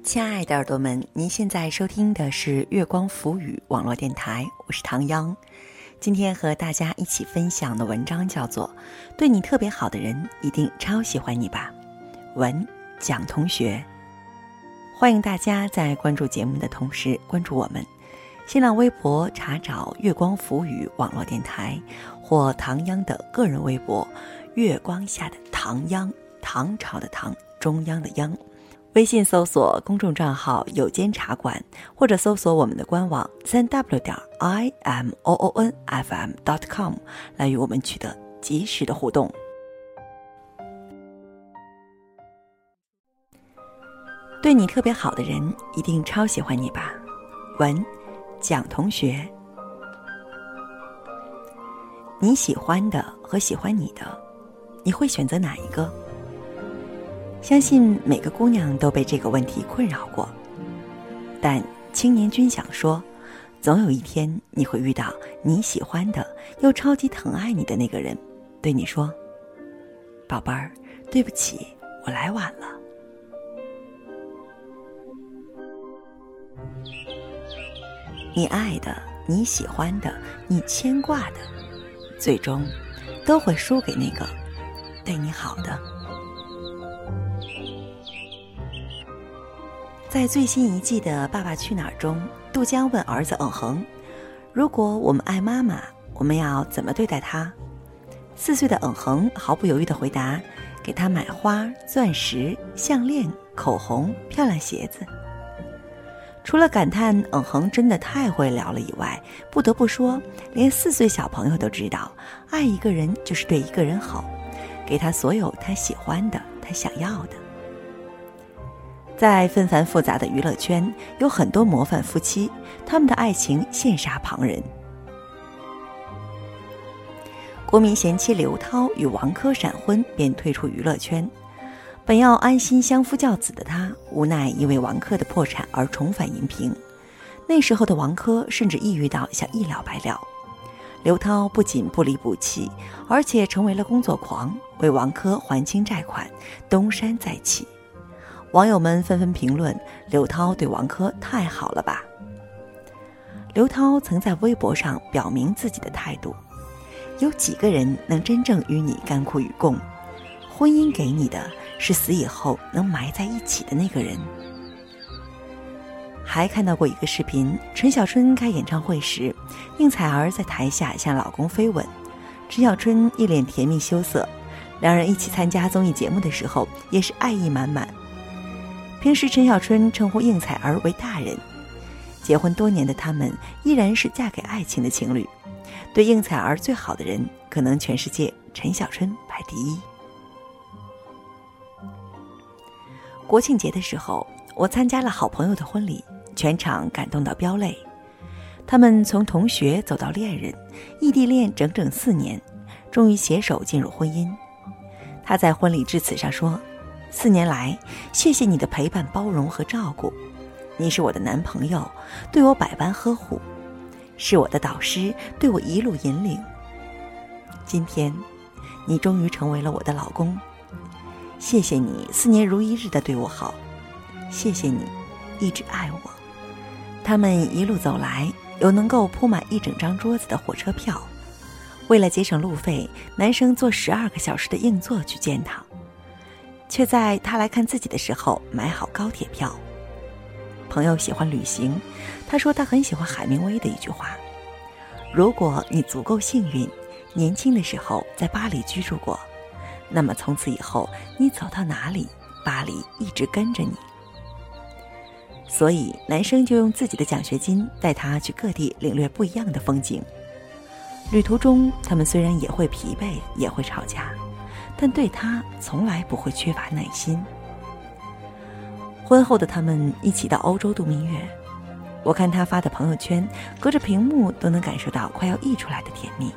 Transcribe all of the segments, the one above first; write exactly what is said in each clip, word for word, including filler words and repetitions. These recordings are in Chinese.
亲爱的耳朵们，您现在收听的是月光浮语网络电台，我是唐央。今天和大家一起分享的文章叫做《对你特别好的人一定超喜欢你吧》，文蒋同学。欢迎大家在关注节目的同时关注我们，新浪微博查找月光浮语网络电台或唐央的个人微博月光下的唐央，唐朝的唐，中央的央。微信搜索公众账号有间茶馆，或者搜索我们的官网 三 w 点 i m o o n f m 点 com 来与我们取得及时的互动。对你特别好的人一定超喜欢你吧，文蒋同学。你喜欢的和喜欢你的，你会选择哪一个？相信每个姑娘都被这个问题困扰过，但青年君想说，总有一天你会遇到你喜欢的又超级疼爱你的那个人，对你说，宝贝儿，对不起，我来晚了。你爱的，你喜欢的，你牵挂的，最终都会输给那个对你好的。在最新一季的《爸爸去哪儿》中，杜江问儿子嗯恒，如果我们爱妈妈，我们要怎么对待她？四岁的嗯恒毫不犹豫地回答，给她买花、钻石、项链、口红、漂亮鞋子。除了感叹嗯恒真的太会聊了以外，不得不说，连四岁小朋友都知道，爱一个人就是对一个人好，给他所有他喜欢的，他想要的。在纷繁复杂的娱乐圈，有很多模范夫妻，他们的爱情羡煞旁人。国民贤妻刘涛与王珂闪婚便退出娱乐圈，本要安心相夫教子的他，无奈因为王珂的破产而重返荧屏。那时候的王珂甚至抑郁到想一了百了。刘涛不仅不离不弃，而且成为了工作狂，为王珂还清债款，东山再起。网友们纷纷评论，刘涛对王珂太好了吧。刘涛曾在微博上表明自己的态度，有几个人能真正与你甘苦与共？婚姻给你的是死以后能埋在一起的那个人。还看到过一个视频，陈小春开演唱会时，应采儿在台下向老公飞吻，陈小春一脸甜蜜羞涩，两人一起参加综艺节目的时候也是爱意满满。平时陈小春称呼应采儿为大人，结婚多年的他们依然是嫁给爱情的情侣。对应采儿最好的人，可能全世界陈小春排第一。国庆节的时候，我参加了好朋友的婚礼，全场感动到飙泪。他们从同学走到恋人，异地恋整整四年，终于携手进入婚姻。他在婚礼致辞上说，四年来，谢谢你的陪伴、包容和照顾。你是我的男朋友，对我百般呵护；是我的导师，对我一路引领。今天，你终于成为了我的老公。谢谢你四年如一日的对我好，谢谢你一直爱我。他们一路走来，有能够铺满一整张桌子的火车票。为了节省路费，男生坐十二个小时的硬座去见他。却在他来看自己的时候买好高铁票。朋友喜欢旅行，他说他很喜欢海明威的一句话，如果你足够幸运，年轻的时候在巴黎居住过，那么从此以后你走到哪里，巴黎一直跟着你。所以男生就用自己的奖学金带他去各地领略不一样的风景。旅途中他们虽然也会疲惫，也会吵架，但对他从来不会缺乏耐心。婚后的他们一起到欧洲度蜜月，我看他发的朋友圈，隔着屏幕都能感受到快要溢出来的甜蜜。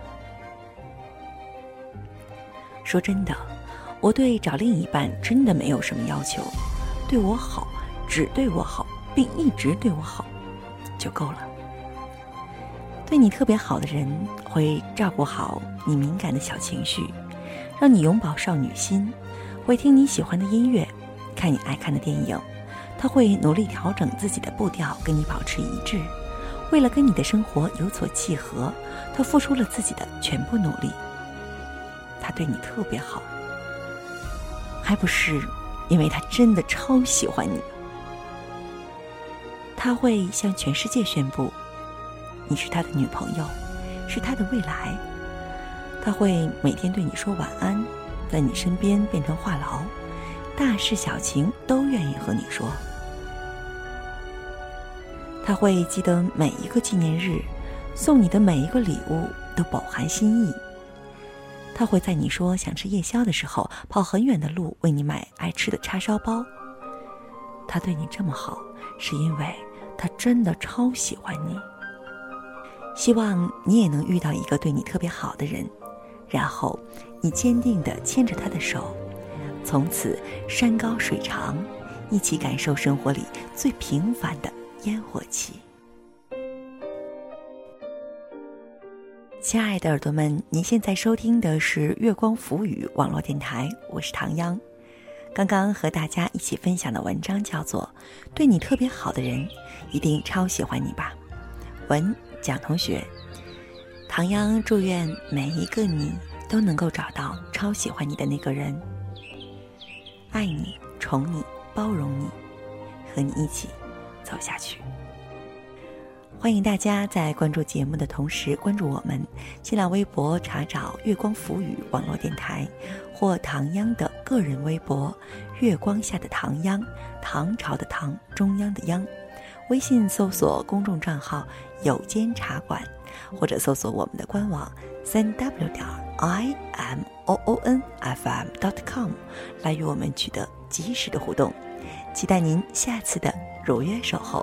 说真的，我对找另一半真的没有什么要求，对我好，只对我好，并一直对我好就够了。对你特别好的人会照顾好你敏感的小情绪，让你永葆少女心，会听你喜欢的音乐，看你爱看的电影， 他会努力调整自己的步调，跟你保持一致。为了跟你的生活有所契合，他付出了自己的全部努力。他对你特别好，还不是因为他真的超喜欢你。他会向全世界宣布，你是他的女朋友，是他的未来。他会每天对你说晚安，在你身边变成话痨，大事小情都愿意和你说。他会记得每一个纪念日，送你的每一个礼物都饱含心意。他会在你说想吃夜宵的时候，跑很远的路为你买爱吃的叉烧包。他对你这么好，是因为他真的超喜欢你。希望你也能遇到一个对你特别好的人，然后你坚定地牵着他的手，从此山高水长，一起感受生活里最平凡的烟火气。亲爱的耳朵们，您现在收听的是月光浮语网络电台，我是唐央。刚刚和大家一起分享的文章叫做《对你特别好的人一定超喜欢你吧》，文蒋同学。唐央祝愿每一个你都能够找到超喜欢你的那个人，爱你、宠你、包容你，和你一起走下去。欢迎大家在关注节目的同时关注我们新浪微博，查找月光浮语网络电台，或唐央的个人微博月光下的唐央，唐朝的唐，中央的央。微信搜索公众账号有间茶馆，或者搜索我们的官网 三 w 点 i m o o n f m 点 com 来与我们取得及时的互动。期待您下次的如约守候。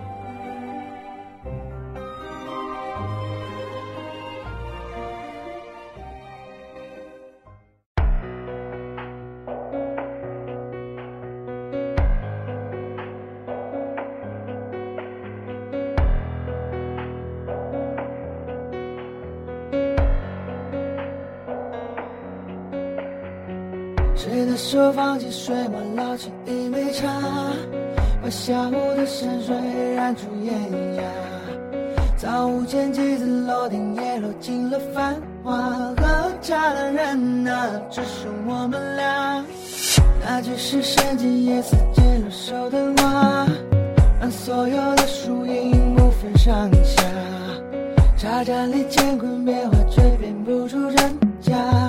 谁的手放进水墨，捞起一杯茶，把下午的山水染出艳压。早午间几次楼顶也落进了繁华，喝茶的人啊，只剩我们俩。那只是深今夜色间落手的花，让所有的树影不分上下。茶盏里乾坤变化，却变不出真假。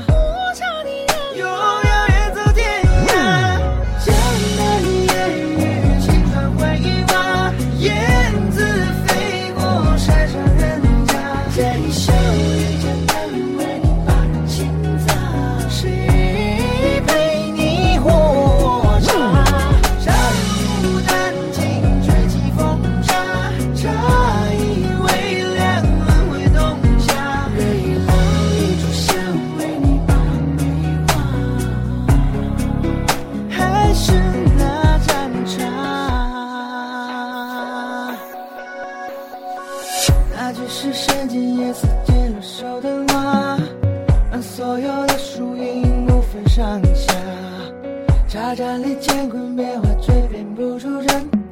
是深今夜色间落手的花，让所有的树影不分上下。茶盏里乾坤变化，却变不出真